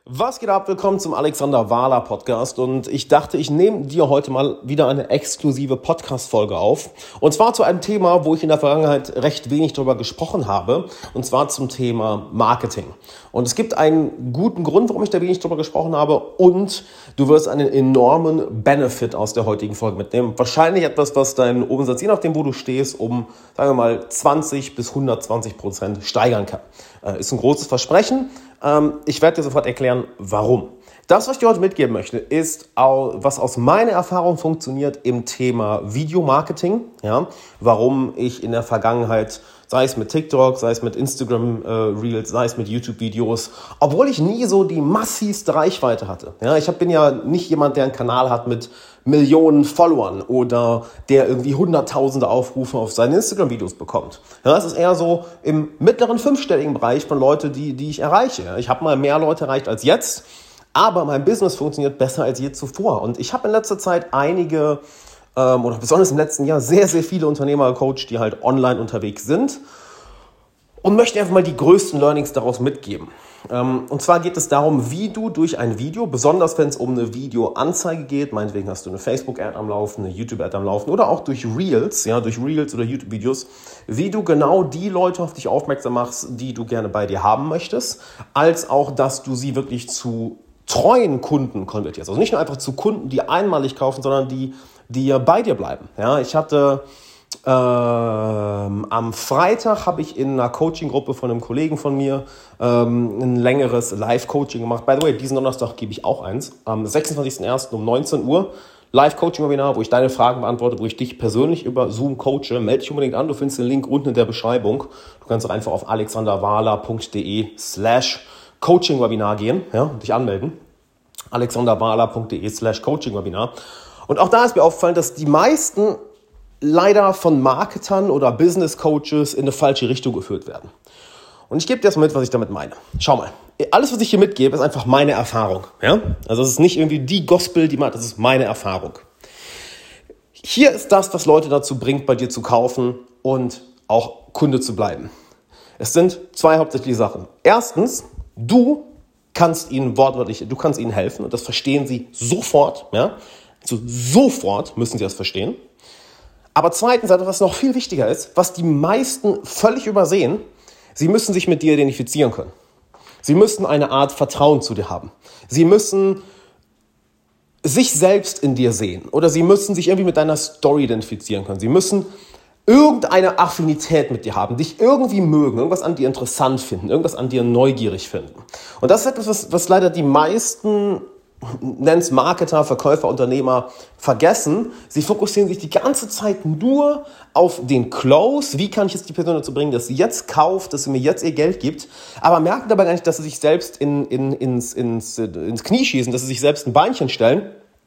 Was geht ab? Willkommen zum Alexander Wahler Podcast und ich dachte, ich nehme dir heute mal wieder eine exklusive Podcast-Folge auf und zwar zu einem Thema, wo ich in der Vergangenheit recht wenig darüber gesprochen habe und zwar zum Thema Marketing. Und es gibt einen guten Grund, warum ich da wenig darüber gesprochen habe und du wirst einen enormen Benefit aus der heutigen Folge mitnehmen. Wahrscheinlich etwas, was deinen Umsatz, je nachdem wo du stehst, um, sagen wir mal, 20 bis 120% steigern kann. Ist ein großes Versprechen. Ich werde dir sofort erklären, warum. Das, was ich dir heute mitgeben möchte, ist, was aus meiner Erfahrung funktioniert im Thema Videomarketing. Ja? Warum ich in der Vergangenheit, sei es mit TikTok, sei es mit Instagram Reels, sei es mit YouTube-Videos, obwohl ich nie so die massivste Reichweite hatte. Ja? Ich bin ja nicht jemand, der einen Kanal hat mit Millionen Followern oder der irgendwie hunderttausende Aufrufe auf seine Instagram-Videos bekommt. Ja, es ist eher so im mittleren fünfstelligen Bereich von Leuten, die ich erreiche. Ich habe mal mehr Leute erreicht als jetzt, aber mein Business funktioniert besser als je zuvor. Und ich habe in letzter Zeit einige, oder besonders im letzten Jahr, sehr, sehr viele Unternehmer gecoacht, die halt online unterwegs sind und möchte einfach mal die größten Learnings daraus mitgeben. Und zwar geht es darum, wie du durch ein Video, besonders wenn es um eine Videoanzeige geht, meinetwegen hast du eine Facebook-Ad am Laufen, eine YouTube-Ad am Laufen oder auch durch Reels, ja, durch Reels oder YouTube-Videos, wie du genau die Leute auf dich aufmerksam machst, die du gerne bei dir haben möchtest, als auch, dass du sie wirklich zu treuen Kunden konvertierst. Also nicht nur einfach zu Kunden, die einmalig kaufen, sondern die bei dir bleiben. Ja, ich hatte am Freitag habe ich in einer Coaching-Gruppe von einem Kollegen von mir ein längeres Live-Coaching gemacht. By the way, diesen Donnerstag gebe ich auch eins. Am 26.01. um 19 Uhr Live-Coaching-Webinar, wo ich deine Fragen beantworte, wo ich dich persönlich über Zoom coache. Melde dich unbedingt an, du findest den Link unten in der Beschreibung. Du kannst auch einfach auf alexanderwahler.de/Coaching-Webinar gehen, ja, und dich anmelden. alexanderwahler.de/Coaching-Webinar. Und auch da ist mir aufgefallen, dass die meisten leider von Marketern oder Business Coaches in eine falsche Richtung geführt werden. Und ich gebe dir erstmal mit, was ich damit meine. Schau mal, alles, was ich hier mitgebe, ist einfach meine Erfahrung. Ja? Also es ist nicht irgendwie die Gospel, die man hat, das ist meine Erfahrung. Hier ist das, was Leute dazu bringt, bei dir zu kaufen und auch Kunde zu bleiben. Es sind zwei hauptsächliche Sachen. Erstens, du kannst ihnen helfen und das verstehen sie sofort. Ja? Also sofort müssen sie das verstehen. Aber zweitens, was noch viel wichtiger ist, was die meisten völlig übersehen, sie müssen sich mit dir identifizieren können. Sie müssen eine Art Vertrauen zu dir haben. Sie müssen sich selbst in dir sehen oder sie müssen sich irgendwie mit deiner Story identifizieren können. Sie müssen irgendeine Affinität mit dir haben, dich irgendwie mögen, irgendwas an dir interessant finden, irgendwas an dir neugierig finden. Und das ist etwas, was leider die meisten, nenn's Marketer, Verkäufer, Unternehmer, vergessen. Sie fokussieren sich die ganze Zeit nur auf den Close. Wie kann ich jetzt die Person dazu bringen, dass sie jetzt kauft, dass sie mir jetzt ihr Geld gibt, aber merken dabei gar nicht, dass sie sich selbst ins Knie schießen, dass sie sich selbst ein Beinchen stellen.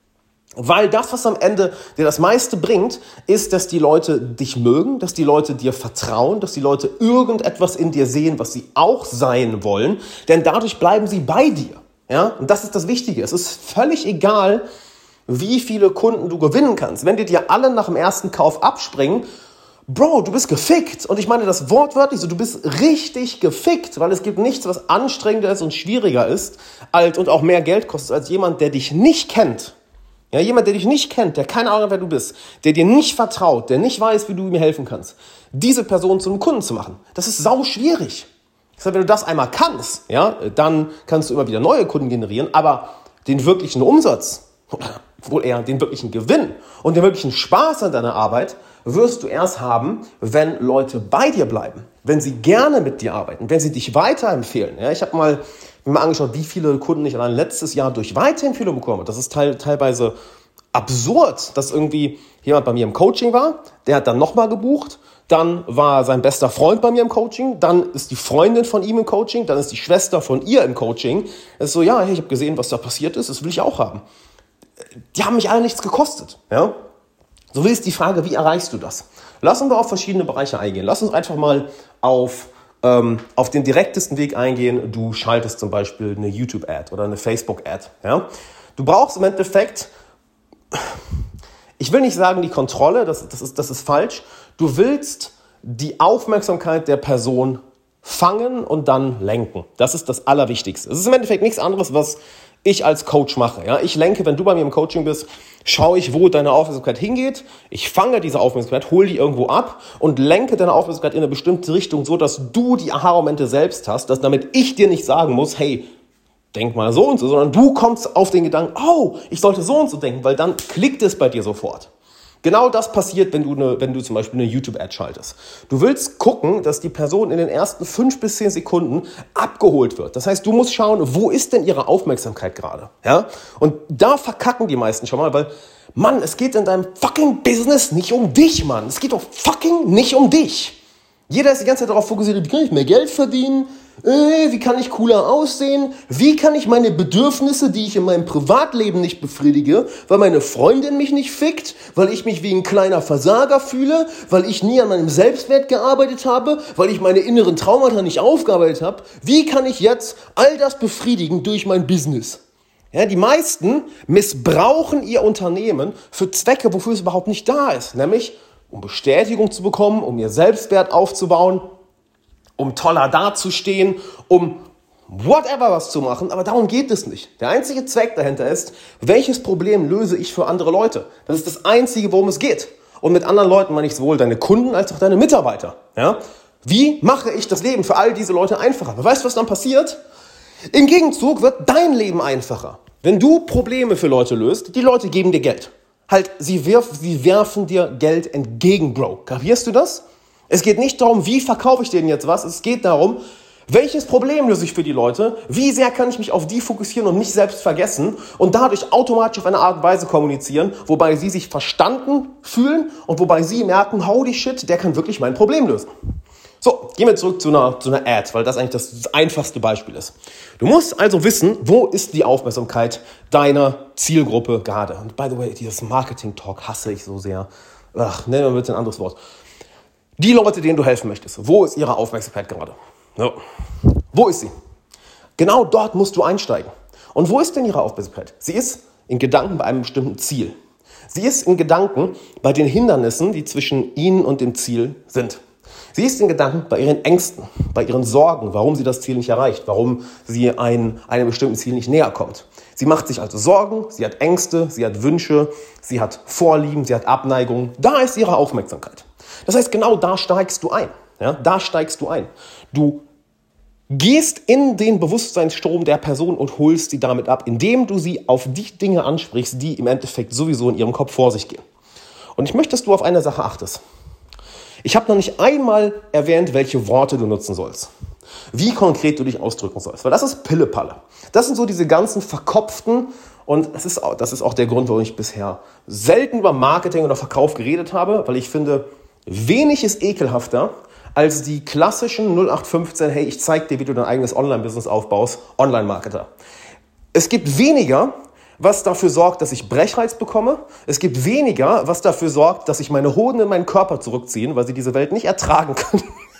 Weil das, was am Ende dir das meiste bringt, ist, dass die Leute dich mögen, dass die Leute dir vertrauen, dass die Leute irgendetwas in dir sehen, was sie auch sein wollen, denn dadurch bleiben sie bei dir. Ja, und das ist das Wichtige. Es ist völlig egal, wie viele Kunden du gewinnen kannst. Wenn dir alle nach dem ersten Kauf abspringen, Bro, du bist gefickt. Und ich meine das wortwörtlich so, du bist richtig gefickt, weil es gibt nichts, was anstrengender ist und schwieriger ist und auch mehr Geld kostet als jemand, der dich nicht kennt. Ja, jemand, der dich nicht kennt, der keine Ahnung hat, wer du bist, der dir nicht vertraut, der nicht weiß, wie du mir helfen kannst, diese Person zu einem Kunden zu machen. Das ist sau schwierig. Das heißt, wenn du das einmal kannst, ja, dann kannst du immer wieder neue Kunden generieren, aber den wirklichen Umsatz, oder wohl eher den wirklichen Gewinn und den wirklichen Spaß an deiner Arbeit wirst du erst haben, wenn Leute bei dir bleiben, wenn sie gerne mit dir arbeiten, wenn sie dich weiterempfehlen. Ja, ich habe mir mal angeschaut, wie viele Kunden ich allein letztes Jahr durch Weiterempfehlung bekommen habe. Das ist teilweise absurd, dass irgendwie jemand bei mir im Coaching war, der hat dann nochmal gebucht, dann war sein bester Freund bei mir im Coaching, dann ist die Freundin von ihm im Coaching, dann ist die Schwester von ihr im Coaching. Es ist so, ja, hey, ich habe gesehen, was da passiert ist, das will ich auch haben. Die haben mich alle nichts gekostet. Ja? So ist die Frage, wie erreichst du das? Lass uns auf verschiedene Bereiche eingehen. Lass uns einfach mal auf den direktesten Weg eingehen. Du schaltest zum Beispiel eine YouTube-Ad oder eine Facebook-Ad. Ja? Du brauchst im Endeffekt, ich will nicht sagen die Kontrolle, das ist falsch. Du willst die Aufmerksamkeit der Person fangen und dann lenken. Das ist das Allerwichtigste. Es ist im Endeffekt nichts anderes, was ich als Coach mache. Ja? Ich lenke, wenn du bei mir im Coaching bist, schaue ich, wo deine Aufmerksamkeit hingeht. Ich fange diese Aufmerksamkeit, hole die irgendwo ab und lenke deine Aufmerksamkeit in eine bestimmte Richtung, so dass du die Aha-Momente selbst hast, dass damit ich dir nicht sagen muss, hey, denk mal so und so, sondern du kommst auf den Gedanken, oh, ich sollte so und so denken, weil dann klickt es bei dir sofort. Genau das passiert, wenn du zum Beispiel eine YouTube-Ad schaltest. Du willst gucken, dass die Person in den ersten 5 bis 10 Sekunden abgeholt wird. Das heißt, du musst schauen, wo ist denn ihre Aufmerksamkeit gerade? Ja? Und da verkacken die meisten schon mal, weil, Mann, es geht in deinem fucking Business nicht um dich, Mann. Es geht doch fucking nicht um dich. Jeder ist die ganze Zeit darauf fokussiert, wie kann ich mehr Geld verdienen? Wie kann ich cooler aussehen? Wie kann ich meine Bedürfnisse, die ich in meinem Privatleben nicht befriedige, weil meine Freundin mich nicht fickt, weil ich mich wie ein kleiner Versager fühle, weil ich nie an meinem Selbstwert gearbeitet habe, weil ich meine inneren Traumata nicht aufgearbeitet habe, wie kann ich jetzt all das befriedigen durch mein Business? Ja, die meisten missbrauchen ihr Unternehmen für Zwecke, wofür es überhaupt nicht da ist, nämlich um Bestätigung zu bekommen, um ihr Selbstwert aufzubauen, um toller dazustehen, um whatever was zu machen, aber darum geht es nicht. Der einzige Zweck dahinter ist, welches Problem löse ich für andere Leute? Das ist das Einzige, worum es geht. Und mit anderen Leuten meine ich sowohl deine Kunden als auch deine Mitarbeiter. Ja? Wie mache ich das Leben für all diese Leute einfacher? Aber weißt du, was dann passiert? Im Gegenzug wird dein Leben einfacher. Wenn du Probleme für Leute löst, die Leute geben dir Geld. Halt, sie werfen dir Geld entgegen, Bro. Kapierst du das? Es geht nicht darum, wie verkaufe ich denen jetzt was. Es geht darum, welches Problem löse ich für die Leute? Wie sehr kann ich mich auf die fokussieren und mich selbst vergessen und dadurch automatisch auf eine Art und Weise kommunizieren, wobei sie sich verstanden fühlen und wobei sie merken, holy shit, der kann wirklich mein Problem lösen. So, gehen wir zurück zu einer Ad, weil das eigentlich das einfachste Beispiel ist. Du musst also wissen, wo ist die Aufmerksamkeit deiner Zielgruppe gerade. Und by the way, dieses Marketing-Talk hasse ich so sehr. Nennen wir bitte ein anderes Wort. Die Leute, denen du helfen möchtest, wo ist ihre Aufmerksamkeit gerade? Ja. Wo ist sie? Genau dort musst du einsteigen. Und wo ist denn ihre Aufmerksamkeit? Sie ist in Gedanken bei einem bestimmten Ziel. Sie ist in Gedanken bei den Hindernissen, die zwischen ihnen und dem Ziel sind. Sie ist in Gedanken bei ihren Ängsten, bei ihren Sorgen, warum sie das Ziel nicht erreicht, warum sie einem bestimmten Ziel nicht näher kommt. Sie macht sich also Sorgen, sie hat Ängste, sie hat Wünsche, sie hat Vorlieben, sie hat Abneigungen. Da ist ihre Aufmerksamkeit. Das heißt, genau da steigst du ein. Ja, da steigst du ein. Du gehst in den Bewusstseinsstrom der Person und holst sie damit ab, indem du sie auf die Dinge ansprichst, die im Endeffekt sowieso in ihrem Kopf vor sich gehen. Und ich möchte, dass du auf eine Sache achtest. Ich habe noch nicht einmal erwähnt, welche Worte du nutzen sollst. Wie konkret du dich ausdrücken sollst. Weil das ist Pillepalle. Das sind so diese ganzen verkopften, und das ist auch der Grund, warum ich bisher selten über Marketing oder Verkauf geredet habe, weil ich finde, wenig ist ekelhafter als die klassischen 0815, hey, ich zeig dir, wie du dein eigenes Online-Business aufbaust, Online-Marketer. Es gibt weniger, was dafür sorgt, dass ich Brechreiz bekomme. Es gibt weniger, was dafür sorgt, dass sich meine Hoden in meinen Körper zurückziehen, weil sie diese Welt nicht ertragen können.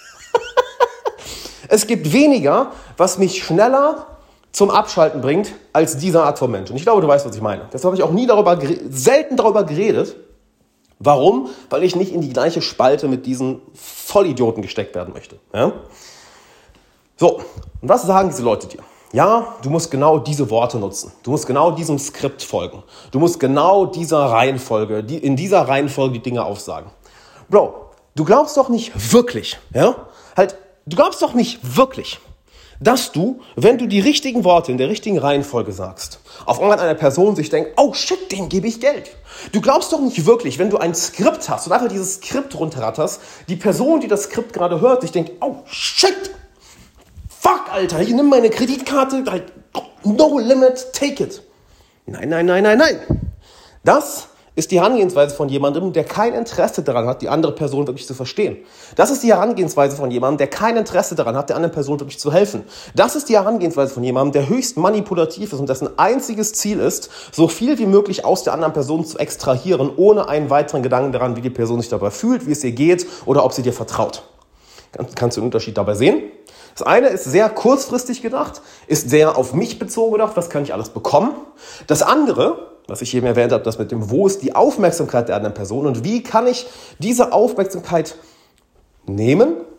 Es gibt weniger, was mich schneller zum Abschalten bringt, als diese Art von Mensch. Und ich glaube, du weißt, was ich meine. Deshalb habe ich auch selten darüber geredet. Warum? Weil ich nicht in die gleiche Spalte mit diesen Vollidioten gesteckt werden möchte. Ja? So, und was sagen diese Leute dir? Ja, du musst genau diese Worte nutzen. Du musst genau diesem Skript folgen. Du musst genau in dieser Reihenfolge die Dinge aufsagen. Bro, du glaubst doch nicht wirklich, du glaubst doch nicht wirklich, dass du, wenn du die richtigen Worte in der richtigen Reihenfolge sagst, auf einmal eine Person sich denkt, oh shit, dem gebe ich Geld. Du glaubst doch nicht wirklich, wenn du ein Skript hast und einfach dieses Skript runterratterst, die Person, die das Skript gerade hört, sich denkt, oh shit, fuck, Alter, hier nimm meine Kreditkarte, no limit, take it. Nein. Das ist die Herangehensweise von jemandem, der kein Interesse daran hat, die andere Person wirklich zu verstehen. Das ist die Herangehensweise von jemandem, der kein Interesse daran hat, der anderen Person wirklich zu helfen. Das ist die Herangehensweise von jemandem, der höchst manipulativ ist und dessen einziges Ziel ist, so viel wie möglich aus der anderen Person zu extrahieren, ohne einen weiteren Gedanken daran, wie die Person sich dabei fühlt, wie es ihr geht oder ob sie dir vertraut. Kannst du den Unterschied dabei sehen? Das eine ist sehr kurzfristig gedacht, ist sehr auf mich bezogen gedacht, was kann ich alles bekommen. Das andere, was ich eben erwähnt habe, das mit dem Wo ist die Aufmerksamkeit der anderen Person und wie kann ich diese Aufmerksamkeit nehmen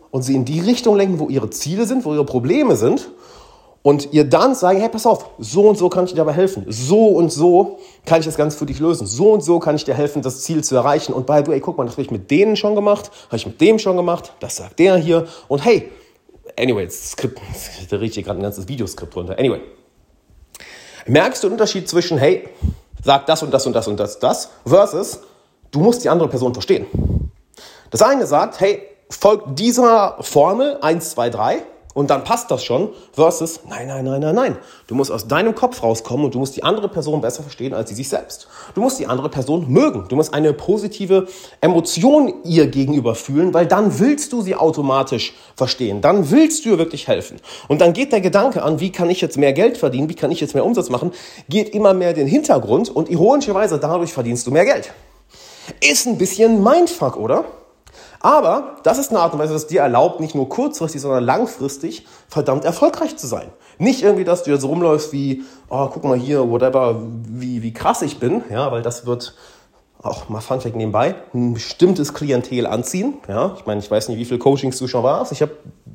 und sie in die Richtung lenken, wo ihre Ziele sind, wo ihre Probleme sind und ihr dann sagen, hey, pass auf, so und so kann ich dir dabei helfen, so und so kann ich das Ganze für dich lösen, so und so kann ich dir helfen, das Ziel zu erreichen und by the way, guck mal, das habe ich mit denen schon gemacht, habe ich mit dem schon gemacht, das sagt der hier und hey, anyway, das Skript, da rede ich hier gerade ein ganzes Videoskript runter, anyway. Merkst du den Unterschied zwischen, hey, sag das und das und das und das versus, du musst die andere Person verstehen. Das eine sagt, hey, folgt dieser Formel 1, 2, 3 und dann passt das schon versus, nein. Du musst aus deinem Kopf rauskommen und du musst die andere Person besser verstehen als sie sich selbst. Du musst die andere Person mögen. Du musst eine positive Emotion ihr gegenüber fühlen, weil dann willst du sie automatisch verstehen. Dann willst du ihr wirklich helfen. Und dann geht der Gedanke an, wie kann ich jetzt mehr Geld verdienen, wie kann ich jetzt mehr Umsatz machen, geht immer mehr in den Hintergrund und ironischerweise dadurch verdienst du mehr Geld. Ist ein bisschen Mindfuck, oder? Aber das ist eine Art und Weise, das dir erlaubt, nicht nur kurzfristig, sondern langfristig verdammt erfolgreich zu sein. Nicht irgendwie, dass du jetzt rumläufst wie, oh, guck mal hier, whatever, wie krass ich bin, ja, weil das wird, auch mal Funfact nebenbei, ein bestimmtes Klientel anziehen. Ja, ich meine, ich weiß nicht, wie viele Coachings du schon warst. Ich habe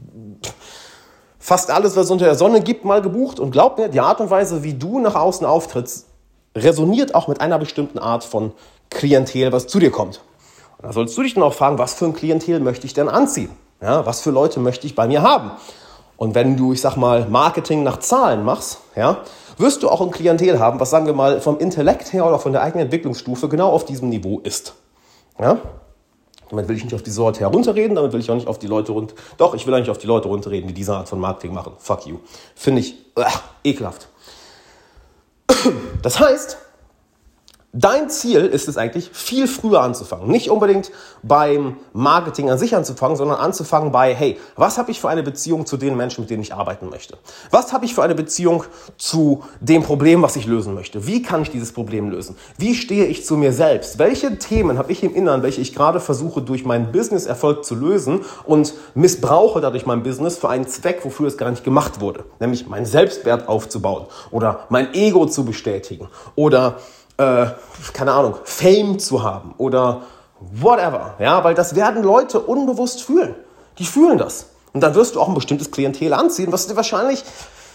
fast alles, was es unter der Sonne gibt, mal gebucht und glaub mir, die Art und Weise, wie du nach außen auftrittst, resoniert auch mit einer bestimmten Art von Klientel, was zu dir kommt. Da sollst du dich dann auch fragen, was für ein Klientel möchte ich denn anziehen? Ja, was für Leute möchte ich bei mir haben? Und wenn du, ich sag mal, Marketing nach Zahlen machst, ja, wirst du auch ein Klientel haben, was, sagen wir mal, vom Intellekt her oder von der eigenen Entwicklungsstufe genau auf diesem Niveau ist. Ja? Damit will ich nicht auf diese Leute herunterreden, damit will ich auch nicht auf die Leute Doch, ich will eigentlich auf die Leute runterreden, die diese Art von Marketing machen. Fuck you. Finde ich ekelhaft. Das heißt, dein Ziel ist es eigentlich, viel früher anzufangen. Nicht unbedingt beim Marketing an sich anzufangen, sondern anzufangen bei, hey, was habe ich für eine Beziehung zu den Menschen, mit denen ich arbeiten möchte? Was habe ich für eine Beziehung zu dem Problem, was ich lösen möchte? Wie kann ich dieses Problem lösen? Wie stehe ich zu mir selbst? Welche Themen habe ich im Inneren, welche ich gerade versuche, durch meinen Business-Erfolg zu lösen und missbrauche dadurch mein Business für einen Zweck, wofür es gar nicht gemacht wurde? Nämlich meinen Selbstwert aufzubauen oder mein Ego zu bestätigen oder keine Ahnung, Fame zu haben oder whatever, ja, weil das werden Leute unbewusst fühlen. Die fühlen das. Und dann wirst du auch ein bestimmtes Klientel anziehen, was dir wahrscheinlich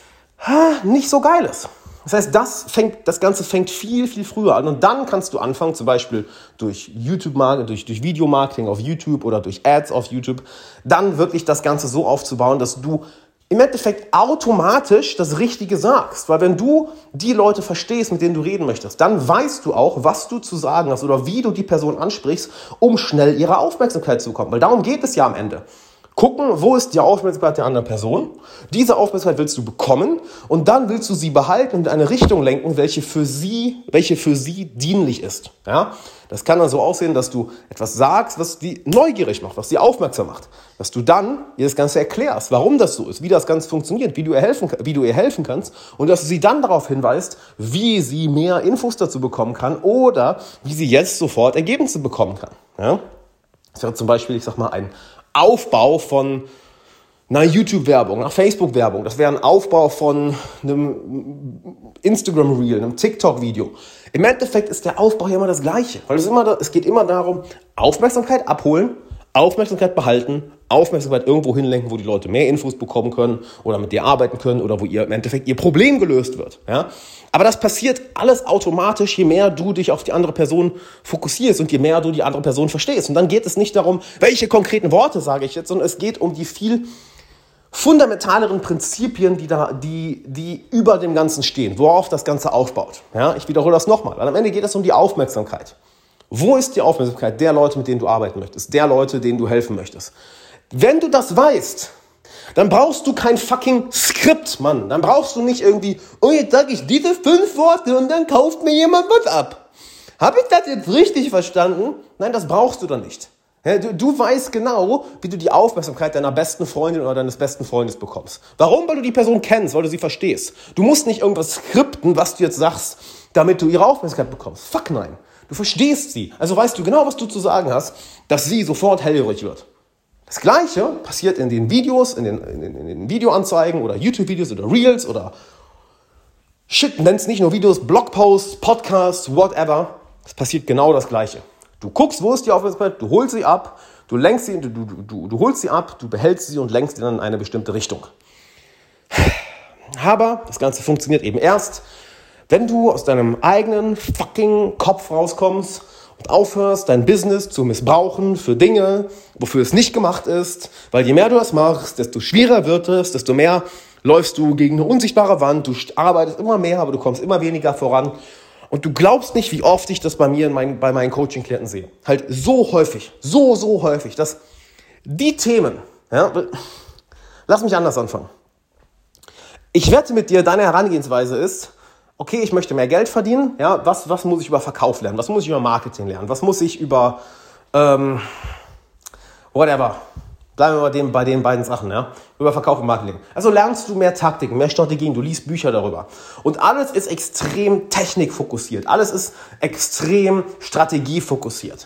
nicht so geil ist. Das heißt, das Ganze fängt viel, viel früher an. Und dann kannst du anfangen, zum Beispiel durch durch Videomarketing auf YouTube oder durch Ads auf YouTube, dann wirklich das Ganze so aufzubauen, dass du im Endeffekt automatisch das Richtige sagst. Weil wenn du die Leute verstehst, mit denen du reden möchtest, dann weißt du auch, was du zu sagen hast oder wie du die Person ansprichst, um schnell ihre Aufmerksamkeit zu bekommen. Weil darum geht es ja am Ende. Gucken, wo ist die Aufmerksamkeit der anderen Person? Diese Aufmerksamkeit willst du bekommen und dann willst du sie behalten und in eine Richtung lenken, welche für sie dienlich ist. Ja? Das kann dann so aussehen, dass du etwas sagst, was die neugierig macht, was sie aufmerksam macht. Dass du dann ihr das Ganze erklärst, warum das so ist, wie das Ganze funktioniert, wie du ihr helfen kannst und dass du sie dann darauf hinweist, wie sie mehr Infos dazu bekommen kann oder wie sie jetzt sofort Ergebnisse bekommen kann. Ja? Das wäre zum Beispiel, ich sag mal, ein Aufbau von einer YouTube-Werbung, einer Facebook-Werbung. Das wäre ein Aufbau von einem Instagram-Reel, einem TikTok-Video. Im Endeffekt ist der Aufbau ja immer das Gleiche. Weil es geht immer darum, Aufmerksamkeit abholen, Aufmerksamkeit behalten, Aufmerksamkeit irgendwo hinlenken, wo die Leute mehr Infos bekommen können oder mit dir arbeiten können oder wo im Endeffekt ihr Problem gelöst wird. Ja? Aber das passiert alles automatisch, je mehr du dich auf die andere Person fokussierst und je mehr du die andere Person verstehst. Und dann geht es nicht darum, welche konkreten Worte sage ich jetzt, sondern es geht um die viel fundamentaleren Prinzipien, die über dem Ganzen stehen, worauf das Ganze aufbaut. Ja? Ich wiederhole das nochmal, weil am Ende geht es um die Aufmerksamkeit. Wo ist die Aufmerksamkeit der Leute, mit denen du arbeiten möchtest, der Leute, denen du helfen möchtest? Wenn du das weißt, dann brauchst du kein fucking Skript, Mann. Dann brauchst du nicht irgendwie, oh, jetzt sage ich diese 5 Worte und dann kauft mir jemand was ab. Habe ich das jetzt richtig verstanden? Nein, das brauchst du dann nicht. Ja, du weißt genau, wie du die Aufmerksamkeit deiner besten Freundin oder deines besten Freundes bekommst. Warum? Weil du die Person kennst, weil du sie verstehst. Du musst nicht irgendwas skripten, was du jetzt sagst, damit du ihre Aufmerksamkeit bekommst. Fuck nein. Du verstehst sie. Also weißt du genau, was du zu sagen hast, dass sie sofort hellhörig wird. Das Gleiche passiert in den Videos, in den Videoanzeigen oder YouTube-Videos oder Reels oder Shit, nenn's nicht nur Videos, Blogposts, Podcasts, whatever. Es passiert genau das Gleiche. Du guckst, wo ist die Aufmerksamkeit, du holst sie ab, Du lenkst sie, du holst sie ab, du behältst sie und lenkst sie dann in eine bestimmte Richtung. Aber das Ganze funktioniert eben erst, wenn du aus deinem eigenen fucking Kopf rauskommst und aufhörst, dein Business zu missbrauchen für Dinge, wofür es nicht gemacht ist. Weil je mehr du das machst, desto schwerer wird es, desto mehr läufst du gegen eine unsichtbare Wand, du arbeitest immer mehr, aber du kommst immer weniger voran. Und du glaubst nicht, wie oft ich das bei mir bei meinen Coaching-Klienten sehe. Halt so häufig, so häufig, dass die Themen, ja, lass mich anders anfangen. Ich wette mit dir, deine Herangehensweise ist, okay, ich möchte mehr Geld verdienen, ja, was muss ich über Verkauf lernen, was muss ich über Marketing lernen, was muss ich über, whatever, bleiben wir bei den beiden Sachen, ja, über Verkauf und Marketing. Also lernst du mehr Taktiken, mehr Strategien, du liest Bücher darüber. Und alles ist extrem technikfokussiert, alles ist extrem strategiefokussiert.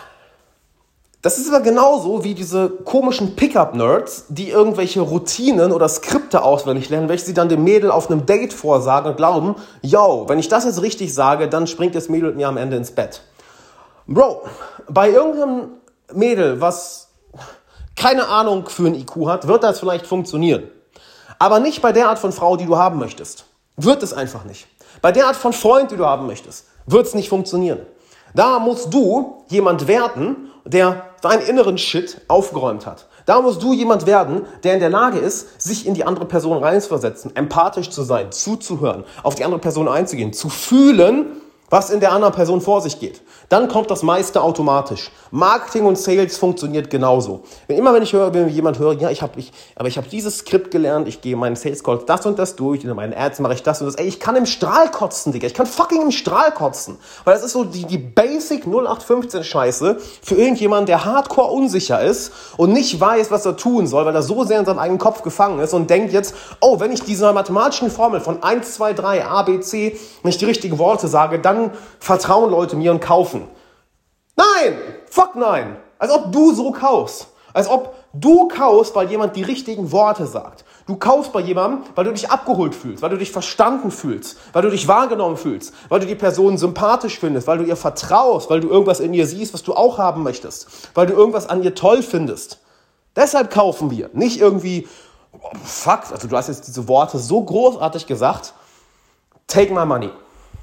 Das ist aber genauso wie diese komischen Pickup-Nerds, die irgendwelche Routinen oder Skripte auswendig lernen, welche sie dann dem Mädel auf einem Date vorsagen und glauben, yo, wenn ich das jetzt richtig sage, dann springt das Mädel mit mir am Ende ins Bett. Bro, bei irgendeinem Mädel, was keine Ahnung für ein IQ hat, wird das vielleicht funktionieren. Aber nicht bei der Art von Frau, die du haben möchtest. Wird es einfach nicht. Bei der Art von Freund, die du haben möchtest, wird es nicht funktionieren. Da musst du jemand werden, der deinen inneren Shit aufgeräumt hat. Da musst du jemand werden, der in der Lage ist, sich in die andere Person reinzuversetzen, empathisch zu sein, zuzuhören, auf die andere Person einzugehen, zu fühlen, was in der anderen Person vor sich geht. Dann kommt das meiste automatisch. Marketing und Sales funktioniert genauso. Wenn jemand höre, ja, ich habe dieses Skript gelernt, ich gehe meinen Sales Calls das und das durch, in meinen Ads mache ich das und das. Ey, ich kann im Strahl kotzen, Digga. Ich kann fucking im Strahl kotzen. Weil das ist so die Basic 0815 Scheiße für irgendjemanden, der hardcore unsicher ist und nicht weiß, was er tun soll, weil er so sehr in seinem eigenen Kopf gefangen ist und denkt jetzt, oh, wenn ich diese mathematischen Formel von 1, 2, 3, A, B, C, wenn ich die richtigen Worte sage, dann vertrauen Leute mir und kaufen. Nein! Fuck nein! Als ob du so kaufst. Als ob du kaufst, weil jemand die richtigen Worte sagt. Du kaufst bei jemandem, weil du dich abgeholt fühlst, weil du dich verstanden fühlst, weil du dich wahrgenommen fühlst, weil du die Person sympathisch findest, weil du ihr vertraust, weil du irgendwas in ihr siehst, was du auch haben möchtest, weil du irgendwas an ihr toll findest. Deshalb kaufen wir. Nicht irgendwie, oh, fuck, also du hast jetzt diese Worte so großartig gesagt, take my money.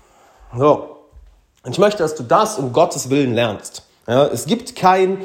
So. Und ich möchte, dass du das um Gottes Willen lernst. Ja, es gibt kein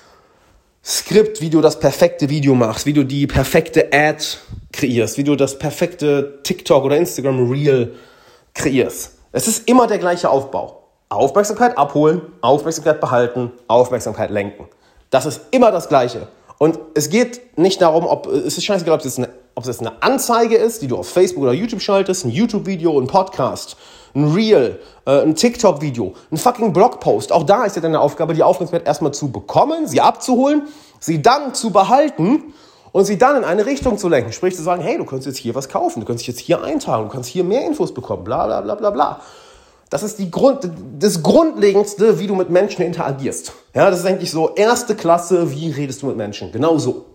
Skript, wie du das perfekte Video machst, wie du die perfekte Ad kreierst, wie du das perfekte TikTok oder Instagram Reel kreierst. Es ist immer der gleiche Aufbau. Aufmerksamkeit abholen, Aufmerksamkeit behalten, Aufmerksamkeit lenken. Das ist immer das Gleiche. Und es geht nicht darum, es ist scheißegal, ob es jetzt eine Anzeige ist, die du auf Facebook oder YouTube schaltest, ein YouTube-Video, ein Podcast, ein Reel, ein TikTok-Video, ein fucking Blogpost. Auch da ist ja deine Aufgabe, die Aufmerksamkeit erstmal zu bekommen, sie abzuholen, sie dann zu behalten und sie dann in eine Richtung zu lenken. Sprich, zu sagen, hey, du kannst jetzt hier was kaufen, du kannst dich jetzt hier eintragen, du kannst hier mehr Infos bekommen, bla bla bla bla bla. Das ist das Grundlegendste, wie du mit Menschen interagierst. Ja, das ist eigentlich so erste Klasse, wie redest du mit Menschen. Genau so.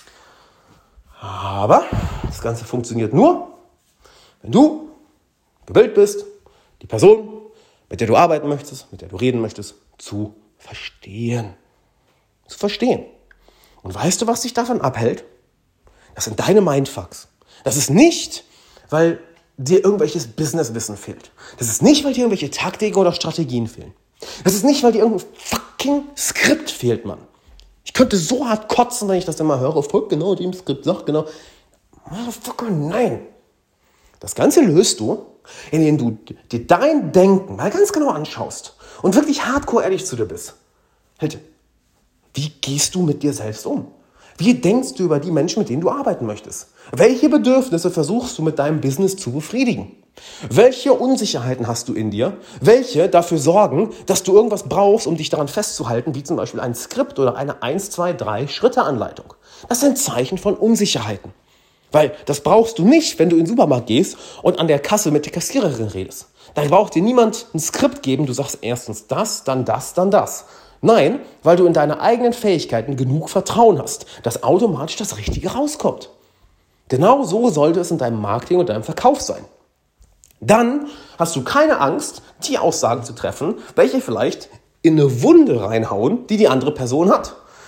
Aber das Ganze funktioniert nur, wenn du gewillt bist, die Person, mit der du arbeiten möchtest, mit der du reden möchtest, zu verstehen. Zu verstehen. Und weißt du, was dich davon abhält? Das sind deine Mindfucks. Das ist nicht, weil dir irgendwelches Businesswissen fehlt. Das ist nicht, weil dir irgendwelche Taktiken oder Strategien fehlen. Das ist nicht, weil dir irgendein fucking Skript fehlt, Mann. Ich könnte so hart kotzen, wenn ich das immer höre. Folgt genau dem Skript, sag genau. Motherfucker, nein. Das Ganze löst du, indem du dir dein Denken mal ganz genau anschaust und wirklich hardcore ehrlich zu dir bist. Halt, wie gehst du mit dir selbst um? Wie denkst du über die Menschen, mit denen du arbeiten möchtest? Welche Bedürfnisse versuchst du mit deinem Business zu befriedigen? Welche Unsicherheiten hast du in dir? Welche dafür sorgen, dass du irgendwas brauchst, um dich daran festzuhalten, wie zum Beispiel ein Skript oder eine 1, 2, 3 Schritte-Anleitung? Das sind Zeichen von Unsicherheiten. Weil das brauchst du nicht, wenn du in den Supermarkt gehst und an der Kasse mit der Kassiererin redest. Da braucht dir niemand ein Skript geben, du sagst erstens das, dann das, dann das. Nein, weil du in deine eigenen Fähigkeiten genug Vertrauen hast, dass automatisch das Richtige rauskommt. Genau so sollte es in deinem Marketing und deinem Verkauf sein. Dann hast du keine Angst, die Aussagen zu treffen, welche vielleicht in eine Wunde reinhauen, die die andere Person hat.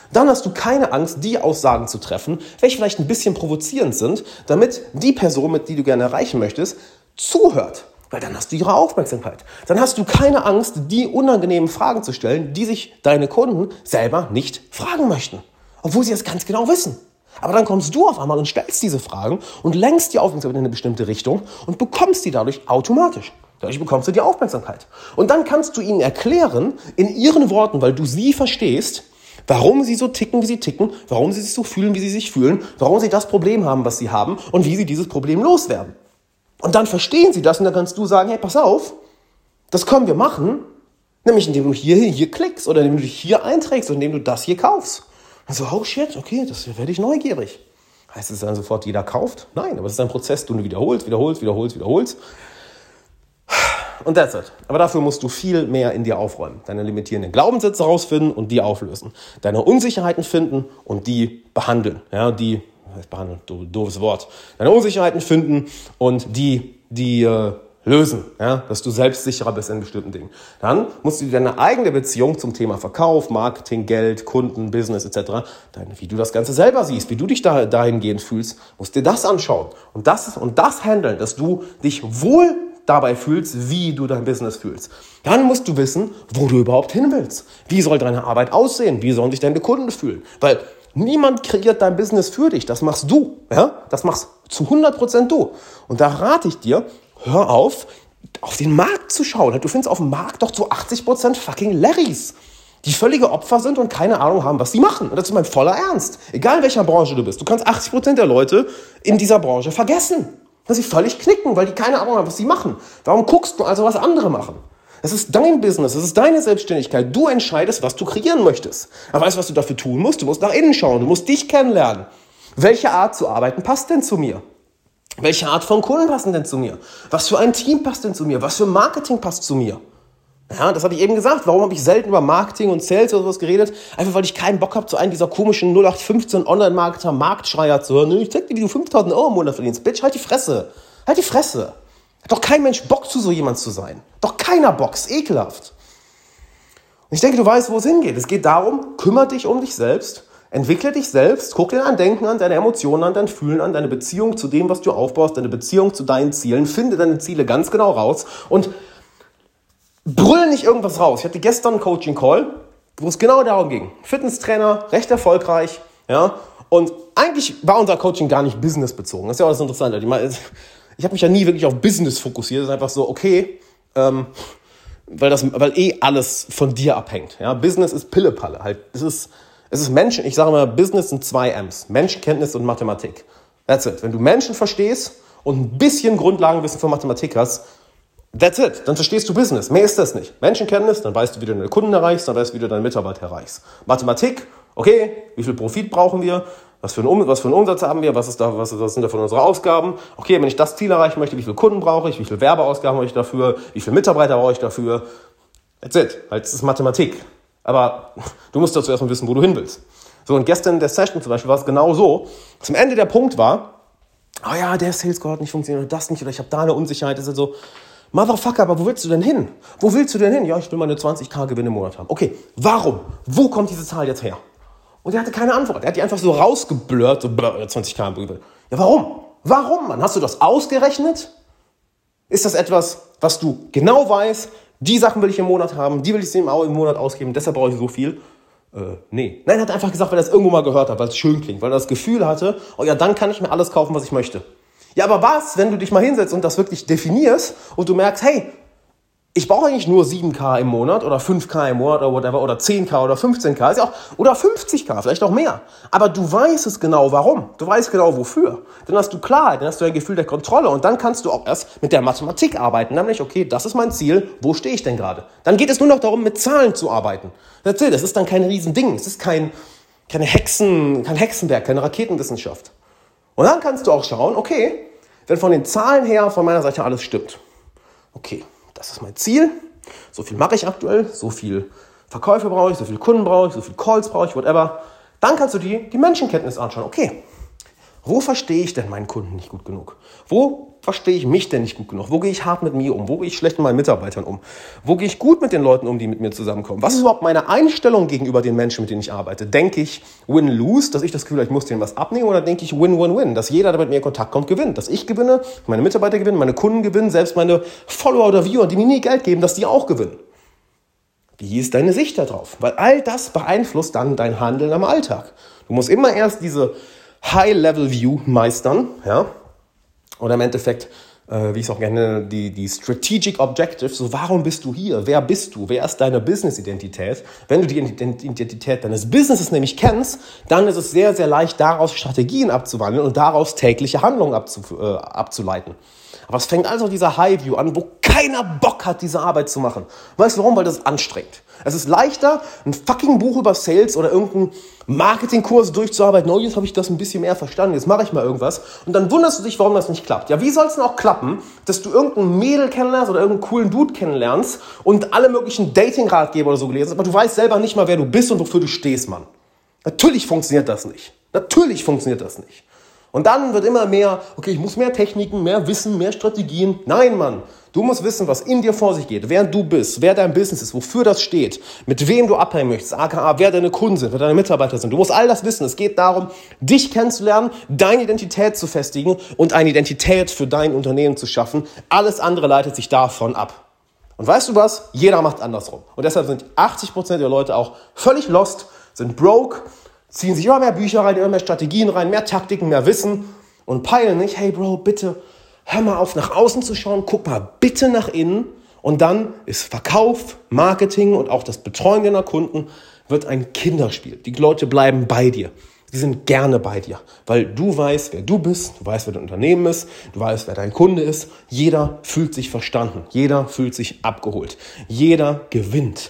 Dann hast du keine Angst, die Aussagen zu treffen, welche vielleicht ein bisschen provozierend sind, damit die Person, mit die du gerne erreichen möchtest, zuhört. Weil dann hast du ihre Aufmerksamkeit. Dann hast du keine Angst, die unangenehmen Fragen zu stellen, die sich deine Kunden selber nicht fragen möchten. Obwohl sie das ganz genau wissen. Aber dann kommst du auf einmal und stellst diese Fragen und lenkst die Aufmerksamkeit in eine bestimmte Richtung und bekommst die dadurch automatisch. Dadurch bekommst du die Aufmerksamkeit. Und dann kannst du ihnen erklären, in ihren Worten, weil du sie verstehst, warum sie so ticken, wie sie ticken, warum sie sich so fühlen, wie sie sich fühlen, warum sie das Problem haben, was sie haben und wie sie dieses Problem loswerden. Und dann verstehen sie das und dann kannst du sagen, hey, pass auf, das können wir machen, nämlich indem du hier klickst oder indem du dich hier einträgst und indem du das hier kaufst. Und so, oh shit, okay, das werde ich neugierig. Heißt es dann sofort, jeder kauft? Nein, aber es ist ein Prozess, den du wiederholst. Und that's it. Aber dafür musst du viel mehr in dir aufräumen. Deine limitierenden Glaubenssätze rausfinden und die auflösen. Deine Unsicherheiten finden und die behandeln. Ja, behandeln, doofes Wort. Deine Unsicherheiten finden und die lösen, ja, dass du selbstsicherer bist in bestimmten Dingen. Dann musst du dir deine eigene Beziehung zum Thema Verkauf, Marketing, Geld, Kunden, Business etc., wie du das Ganze selber siehst, wie du dich dahingehend fühlst, musst dir das anschauen und das handeln, dass du dich wohl dabei fühlst, wie du dein Business fühlst. Dann musst du wissen, wo du überhaupt hin willst. Wie soll deine Arbeit aussehen? Wie sollen sich deine Kunden fühlen? Weil niemand kreiert dein Business für dich. Das machst du. Ja? Das machst zu 100% du. Und da rate ich dir, hör auf den Markt zu schauen. Du findest auf dem Markt doch zu 80% fucking Larrys, die völlige Opfer sind und keine Ahnung haben, was sie machen. Und das ist mein voller Ernst. Egal in welcher Branche du bist. Du kannst 80% der Leute in dieser Branche vergessen. Weil sie völlig knicken, weil die keine Ahnung haben, was sie machen. Warum guckst du also, was andere machen? Es ist dein Business, es ist deine Selbstständigkeit. Du entscheidest, was du kreieren möchtest. Aber weißt du, was du dafür tun musst? Du musst nach innen schauen, du musst dich kennenlernen. Welche Art zu arbeiten passt denn zu mir? Welche Art von Kunden passen denn zu mir? Was für ein Team passt denn zu mir? Was für Marketing passt zu mir? Ja, das habe ich eben gesagt. Warum habe ich selten über Marketing und Sales oder sowas geredet? Einfach, weil ich keinen Bock habe, zu einem dieser komischen 0815 Online-Marketer, Marktschreier zu hören. Ich zeig dir, wie du 5.000 € im Monat verdienst. Bitch, halt die Fresse. Halt die Fresse. Hat doch kein Mensch Bock, zu so jemand zu sein. Doch keiner Bock. Ist ekelhaft. Und ich denke, du weißt, wo es hingeht. Es geht darum, kümmere dich um dich selbst. Entwickle dich selbst. Guck dir dein Denken an, deine Emotionen an, dein Fühlen an, deine Beziehung zu dem, was du aufbaust, deine Beziehung zu deinen Zielen. Finde deine Ziele ganz genau raus und brüll nicht irgendwas raus. Ich hatte gestern einen Coaching-Call, wo es genau darum ging. Fitnesstrainer, recht erfolgreich, ja. Und eigentlich war unser Coaching gar nicht businessbezogen. Das ist ja auch das Interessante. Ich habe mich ja nie wirklich auf Business fokussiert. Das ist einfach so, okay, weil alles von dir abhängt. Ja. Business ist Pillepalle. Halt, es ist Menschen. Ich sage mal, Business sind 2 M's. Menschenkenntnis und Mathematik. That's it. Wenn du Menschen verstehst und ein bisschen Grundlagenwissen von Mathematik hast, that's it. Dann verstehst du Business. Mehr ist das nicht. Menschenkenntnis, dann weißt du, wie du deine Kunden erreichst, dann weißt du, wie du deine Mitarbeiter erreichst. Mathematik, okay, wie viel Profit brauchen wir? Was für einen Umsatz haben wir? Was sind davon unsere Ausgaben? Okay, wenn ich das Ziel erreichen möchte, wie viele Kunden brauche ich? Wie viele Werbeausgaben brauche ich dafür? Wie viele Mitarbeiter brauche ich dafür? That's it. Halt, das ist Mathematik. Aber du musst dazu erstmal wissen, wo du hin willst. So, und gestern in der Session zum Beispiel war es genau so. Zum Ende der Punkt war, oh ja, der Sales Call hat nicht funktioniert oder das nicht oder ich habe da eine Unsicherheit. Das ist so, Motherfucker, aber wo willst du denn hin? Wo willst du denn hin? Ja, ich will meine 20.000 Gewinne im Monat haben. Okay, warum? Wo kommt diese Zahl jetzt her? Und er hatte keine Antwort. Er hat die einfach so rausgeblurrt, so 20.000 Gewinne. Ja, warum? Warum, Mann? Hast du das ausgerechnet? Ist das etwas, was du genau weißt? Die Sachen will ich im Monat haben, die will ich im Monat ausgeben, deshalb brauche ich so viel. Nee. Nein, er hat einfach gesagt, weil er es irgendwo mal gehört hat, weil es schön klingt, weil er das Gefühl hatte, oh ja, dann kann ich mir alles kaufen, was ich möchte. Ja, aber was, wenn du dich mal hinsetzt und das wirklich definierst und du merkst, hey, ich brauche eigentlich nur 7.000 im Monat oder 5.000 im Monat oder whatever oder 10.000 oder 15.000 ist ja auch, oder 50.000, vielleicht auch mehr. Aber du weißt es genau, warum. Du weißt genau, wofür. Dann hast du Klarheit, dann hast du ein Gefühl der Kontrolle und dann kannst du auch erst mit der Mathematik arbeiten. Nämlich, okay, das ist mein Ziel, wo stehe ich denn gerade? Dann geht es nur noch darum, mit Zahlen zu arbeiten. Das ist dann kein Riesending, es ist kein Hexenwerk, keine Raketenwissenschaft. Und dann kannst du auch schauen, okay, wenn von den Zahlen her von meiner Seite alles stimmt. Okay, das ist mein Ziel, so viel mache ich aktuell, so viel Verkäufe brauche ich, so viele Kunden brauche ich, so viele Calls brauche ich, whatever. Dann kannst du die Menschenkenntnis anschauen. Okay, Wo verstehe ich denn meinen Kunden nicht gut genug? Wo verstehe ich mich denn nicht gut genug? Wo gehe ich hart mit mir um? Wo gehe ich schlecht mit meinen Mitarbeitern um? Wo gehe ich gut mit den Leuten um, die mit mir zusammenkommen? Was ist überhaupt meine Einstellung gegenüber den Menschen, mit denen ich arbeite? Denke ich Win-Lose, dass ich das Gefühl habe, ich muss denen was abnehmen? Oder denke ich Win-Win-Win, dass jeder, der mit mir in Kontakt kommt, gewinnt? Dass ich gewinne, meine Mitarbeiter gewinnen, meine Kunden gewinnen, selbst meine Follower oder Viewer, die mir nie Geld geben, dass die auch gewinnen. Wie ist deine Sicht darauf? Weil all das beeinflusst dann dein Handeln am Alltag. Du musst immer erst diese High-Level-View meistern, ja, oder im Endeffekt, wie ich es auch gerne nenne, die Strategic Objectives, so warum bist du hier, wer bist du, wer ist deine Business-Identität? Wenn du die Identität deines Businesses nämlich kennst, dann ist es sehr, sehr leicht, daraus Strategien abzuwandeln und daraus tägliche Handlungen abzuleiten. Aber es fängt also dieser High-View an, wo keiner Bock hat, diese Arbeit zu machen. Weißt du warum? Weil das ist anstrengend. Es ist leichter, ein fucking Buch über Sales oder irgendeinen Marketingkurs durchzuarbeiten. Oh, jetzt habe ich das ein bisschen mehr verstanden, jetzt mache ich mal irgendwas. Und dann wunderst du dich, warum das nicht klappt. Ja, wie soll es denn auch klappen, dass du irgendein Mädel kennenlernst oder irgendeinen coolen Dude kennenlernst und alle möglichen Dating-Ratgeber oder so gelesen hast, aber du weißt selber nicht mal, wer du bist und wofür du stehst, Mann. Natürlich funktioniert das nicht. Natürlich funktioniert das nicht. Und dann wird immer mehr, okay, ich muss mehr Techniken, mehr Wissen, mehr Strategien. Nein, Mann, du musst wissen, was in dir vor sich geht, wer du bist, wer dein Business ist, wofür das steht, mit wem du abhängen möchtest, aka wer deine Kunden sind, wer deine Mitarbeiter sind. Du musst all das wissen. Es geht darum, dich kennenzulernen, deine Identität zu festigen und eine Identität für dein Unternehmen zu schaffen. Alles andere leitet sich davon ab. Und weißt du was? Jeder macht andersrum. Und deshalb sind 80% der Leute auch völlig lost, sind broke, ziehen sich immer mehr Bücher rein, immer mehr Strategien rein, mehr Taktiken, mehr Wissen und peilen nicht, hey Bro, bitte hör mal auf, nach außen zu schauen, guck mal bitte nach innen und dann ist Verkauf, Marketing und auch das Betreuen deiner Kunden wird ein Kinderspiel. Die Leute bleiben bei dir. Sie sind gerne bei dir, weil du weißt, wer du bist, du weißt, wer dein Unternehmen ist, du weißt, wer dein Kunde ist. Jeder fühlt sich verstanden, jeder fühlt sich abgeholt, jeder gewinnt.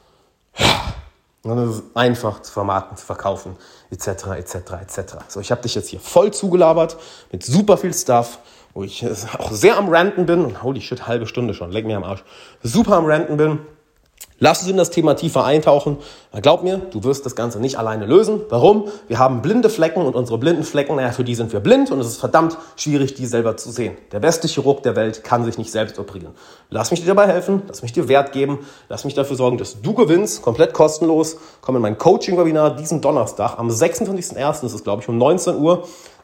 Und es ist einfach zu vermarkten, zu verkaufen, etc., etc., etc. So, ich habe dich jetzt hier voll zugelabert mit super viel Stuff, wo ich auch sehr am Ranten bin. Und holy shit, halbe Stunde schon, leck mir am Arsch. Super am Ranten bin. Lass uns in das Thema tiefer eintauchen. Glaub mir, du wirst das Ganze nicht alleine lösen. Warum? Wir haben blinde Flecken und unsere blinden Flecken, für die sind wir blind und es ist verdammt schwierig, die selber zu sehen. Der beste Chirurg der Welt kann sich nicht selbst operieren. Lass mich dir dabei helfen, lass mich dir Wert geben, lass mich dafür sorgen, dass du gewinnst, komplett kostenlos. Komm in mein Coaching-Webinar diesen Donnerstag, am 26.01. ist es, glaube ich, um 19 Uhr.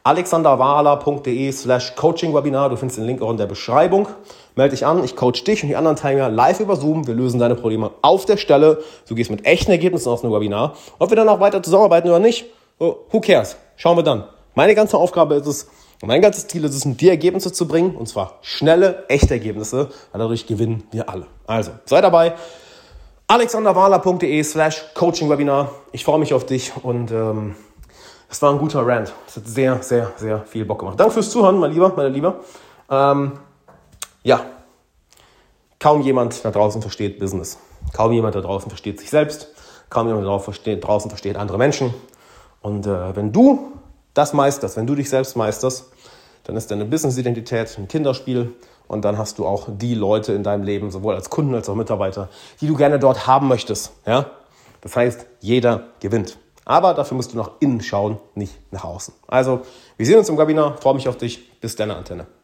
alexanderwahler.de/Coaching-Webinar. Du findest den Link auch in der Beschreibung. Melde dich an, ich coach dich und die anderen Teilnehmer live über Zoom. Wir lösen deine Probleme auf der Stelle. Du gehst mit echten Ergebnissen aus dem Webinar. Ob wir dann auch weiter zusammenarbeiten oder nicht, who cares? Schauen wir dann. Meine ganze Aufgabe ist es, mein ganzes Ziel ist es, dir Ergebnisse zu bringen. Und zwar schnelle, echte Ergebnisse. Weil dadurch gewinnen wir alle. Also, sei dabei. alexanderwahler.de/Coaching-Webinar. Ich freue mich auf dich und es war ein guter Rant. Es hat sehr, sehr, sehr viel Bock gemacht. Danke fürs Zuhören, mein Lieber, meine Liebe. Ja, kaum jemand da draußen versteht Business. Kaum jemand da draußen versteht sich selbst. Kaum jemand da draußen versteht andere Menschen. Und wenn du das meisterst, wenn du dich selbst meisterst, dann ist deine Business-Identität ein Kinderspiel. Und dann hast du auch die Leute in deinem Leben, sowohl als Kunden als auch Mitarbeiter, die du gerne dort haben möchtest. Ja? Das heißt, jeder gewinnt. Aber dafür musst du nach innen schauen, nicht nach außen. Also, wir sehen uns im Webinar. Freue mich auf dich. Bis deine Antenne.